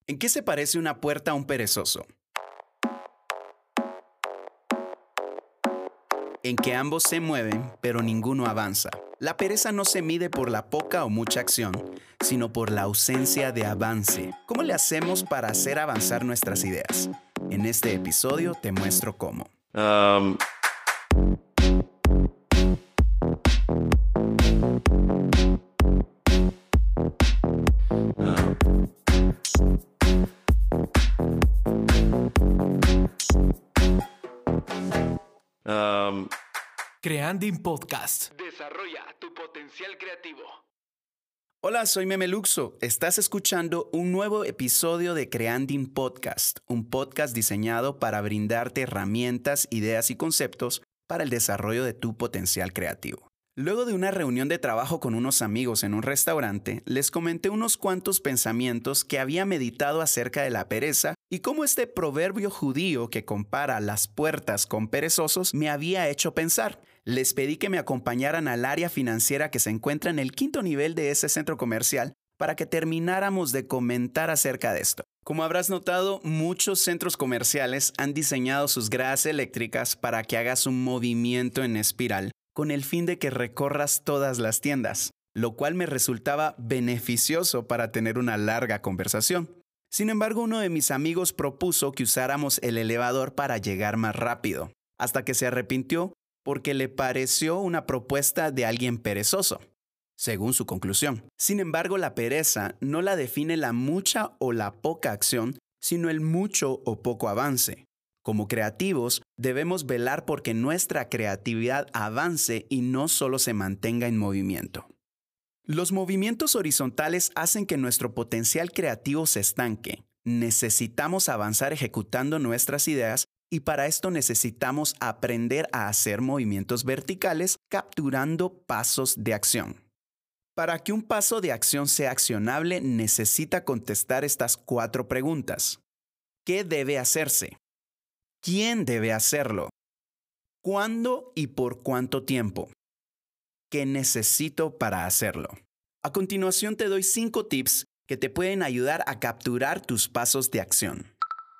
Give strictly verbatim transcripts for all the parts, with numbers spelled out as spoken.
¿En qué se parece una puerta a un perezoso? En que ambos se mueven, pero ninguno avanza. La pereza no se mide por la poca o mucha acción, sino por la ausencia de avance. ¿Cómo le hacemos para hacer avanzar nuestras ideas? En este episodio te muestro cómo. Um... Um... Creanding Podcast. Desarrolla tu potencial creativo. Hola, soy Memeluxo. Estás escuchando un nuevo episodio de Creanding Podcast, un podcast diseñado para brindarte herramientas, ideas y conceptos para el desarrollo de tu potencial creativo. Luego de una reunión de trabajo con unos amigos en un restaurante, les comenté unos cuantos pensamientos que había meditado acerca de la pereza y cómo este proverbio judío que compara las puertas con perezosos me había hecho pensar. Les pedí que me acompañaran al área financiera que se encuentra en el quinto nivel de ese centro comercial para que termináramos de comentar acerca de esto. Como habrás notado, muchos centros comerciales han diseñado sus gradas eléctricas para que hagas un movimiento en espiral con el fin de que recorras todas las tiendas, lo cual me resultaba beneficioso para tener una larga conversación. Sin embargo, uno de mis amigos propuso que usáramos el elevador para llegar más rápido, hasta que se arrepintió porque le pareció una propuesta de alguien perezoso, según su conclusión. Sin embargo, la pereza no la define la mucha o la poca acción, sino el mucho o poco avance. Como creativos, debemos velar porque nuestra creatividad avance y no solo se mantenga en movimiento. Los movimientos horizontales hacen que nuestro potencial creativo se estanque. Necesitamos avanzar ejecutando nuestras ideas y para esto necesitamos aprender a hacer movimientos verticales capturando pasos de acción. Para que un paso de acción sea accionable, necesita contestar estas cuatro preguntas. ¿Qué debe hacerse? ¿Quién debe hacerlo? ¿Cuándo y por cuánto tiempo? ¿Qué necesito para hacerlo? A continuación te doy cinco tips que te pueden ayudar a capturar tus pasos de acción.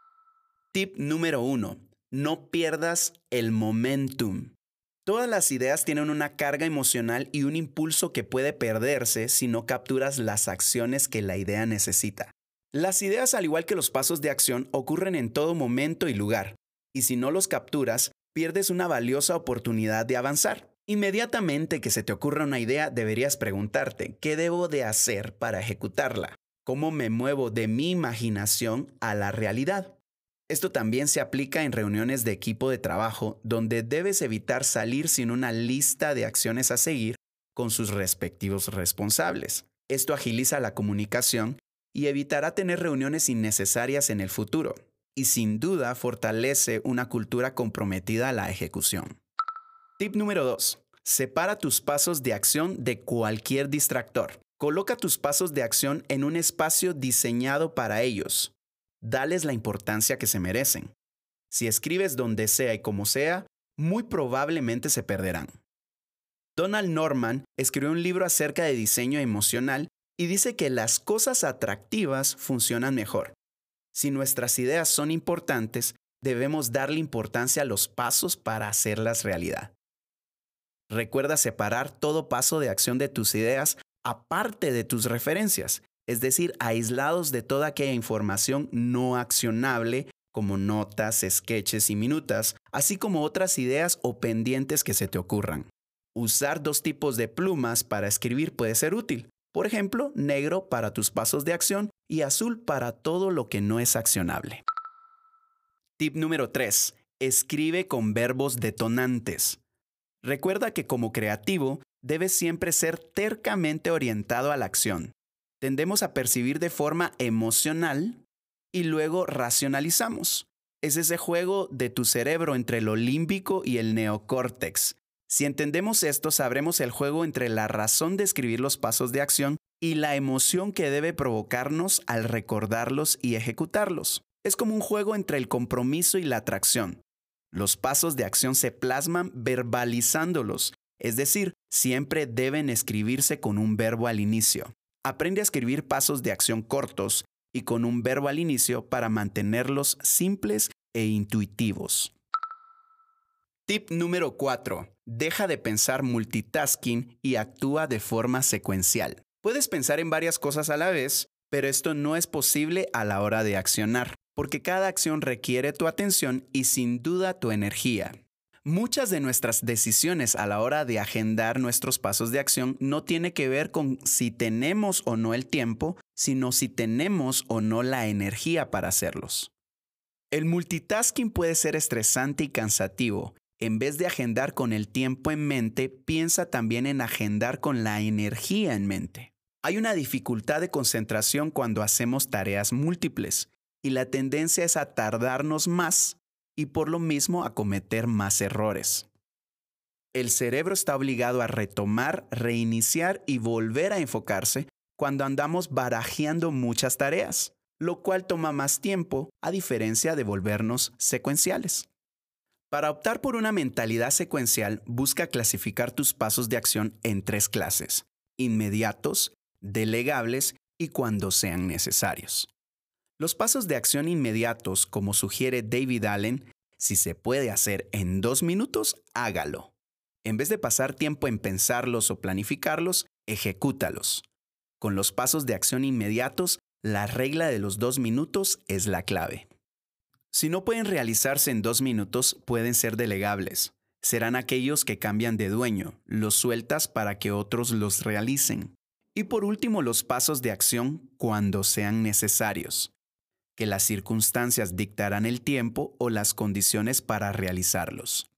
Tip número uno. No pierdas el momentum. Todas las ideas tienen una carga emocional y un impulso que puede perderse si no capturas las acciones que la idea necesita. Las ideas, al igual que los pasos de acción, ocurren en todo momento y lugar, y si no los capturas, pierdes una valiosa oportunidad de avanzar. Inmediatamente que se te ocurra una idea, deberías preguntarte, ¿qué debo de hacer para ejecutarla? ¿Cómo me muevo de mi imaginación a la realidad? Esto también se aplica en reuniones de equipo de trabajo, donde debes evitar salir sin una lista de acciones a seguir con sus respectivos responsables. Esto agiliza la comunicación y evitará tener reuniones innecesarias en el futuro, y sin duda fortalece una cultura comprometida a la ejecución. Tip número dos. Separa tus pasos de acción de cualquier distractor. Coloca tus pasos de acción en un espacio diseñado para ellos. Dales la importancia que se merecen. Si escribes donde sea y como sea, muy probablemente se perderán. Donald Norman escribió un libro acerca de diseño emocional y dice que las cosas atractivas funcionan mejor. Si nuestras ideas son importantes, debemos darle importancia a los pasos para hacerlas realidad. Recuerda separar todo paso de acción de tus ideas aparte de tus referencias, es decir, aislados de toda aquella información no accionable como notas, sketches y minutas, así como otras ideas o pendientes que se te ocurran. Usar dos tipos de plumas para escribir puede ser útil. Por ejemplo, negro para tus pasos de acción y azul para todo lo que no es accionable. Tip número tres. Escribe con verbos detonantes. Recuerda que como creativo, debes siempre ser tercamente orientado a la acción. Tendemos a percibir de forma emocional y luego racionalizamos. Es ese juego de tu cerebro entre lo límbico y el neocórtex. Si entendemos esto, sabremos el juego entre la razón de escribir los pasos de acción y la emoción que debe provocarnos al recordarlos y ejecutarlos. Es como un juego entre el compromiso y la atracción. Los pasos de acción se plasman verbalizándolos, es decir, siempre deben escribirse con un verbo al inicio. Aprende a escribir pasos de acción cortos y con un verbo al inicio para mantenerlos simples e intuitivos. Tip número cuatro. Deja de pensar multitasking y actúa de forma secuencial. Puedes pensar en varias cosas a la vez, pero esto no es posible a la hora de accionar, porque cada acción requiere tu atención y sin duda tu energía. Muchas de nuestras decisiones a la hora de agendar nuestros pasos de acción no tiene que ver con si tenemos o no el tiempo, sino si tenemos o no la energía para hacerlos. El multitasking puede ser estresante y cansativo. En vez de agendar con el tiempo en mente, piensa también en agendar con la energía en mente. Hay una dificultad de concentración cuando hacemos tareas múltiples y la tendencia es a tardarnos más y por lo mismo a cometer más errores. El cerebro está obligado a retomar, reiniciar y volver a enfocarse cuando andamos barajeando muchas tareas, lo cual toma más tiempo a diferencia de volvernos secuenciales. Para optar por una mentalidad secuencial, busca clasificar tus pasos de acción en tres clases: inmediatos, delegables y cuando sean necesarios. Los pasos de acción inmediatos, como sugiere David Allen, si se puede hacer en dos minutos, hágalo. En vez de pasar tiempo en pensarlos o planificarlos, ejecútalos. Con los pasos de acción inmediatos, la regla de los dos minutos es la clave. Si no pueden realizarse en dos minutos, pueden ser delegables. Serán aquellos que cambian de dueño, los sueltas para que otros los realicen. Y por último, los pasos de acción cuando sean necesarios, que las circunstancias dictarán el tiempo o las condiciones para realizarlos.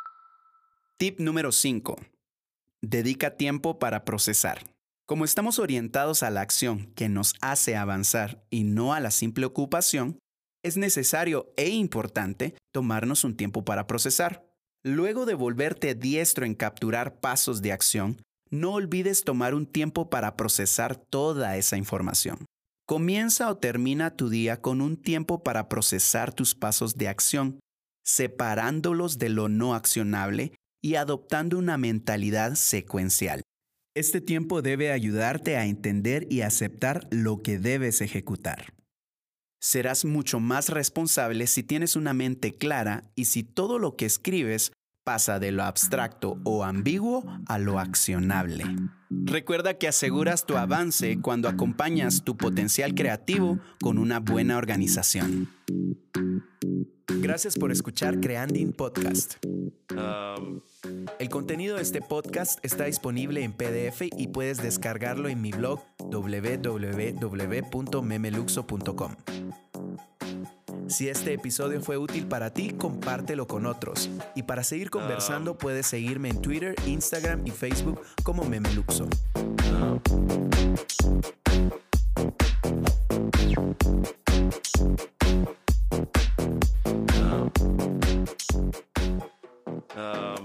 Tip número cinco. Dedica tiempo para procesar. Como estamos orientados a la acción que nos hace avanzar y no a la simple ocupación, es necesario e importante tomarnos un tiempo para procesar. Luego de volverte diestro en capturar pasos de acción, no olvides tomar un tiempo para procesar toda esa información. Comienza o termina tu día con un tiempo para procesar tus pasos de acción, separándolos de lo no accionable y adoptando una mentalidad secuencial. Este tiempo debe ayudarte a entender y aceptar lo que debes ejecutar. Serás mucho más responsable si tienes una mente clara y si todo lo que escribes pasa de lo abstracto o ambiguo a lo accionable. Recuerda que aseguras tu avance cuando acompañas tu potencial creativo con una buena organización. Gracias por escuchar Creanding Podcast. Um, El contenido de este podcast está disponible en P D F y puedes descargarlo en mi blog doble u doble u doble u punto memeluxo punto com. Si este episodio fue útil para ti, compártelo con otros. Y para seguir conversando, puedes seguirme en Twitter, Instagram y Facebook como Memeluxo. um,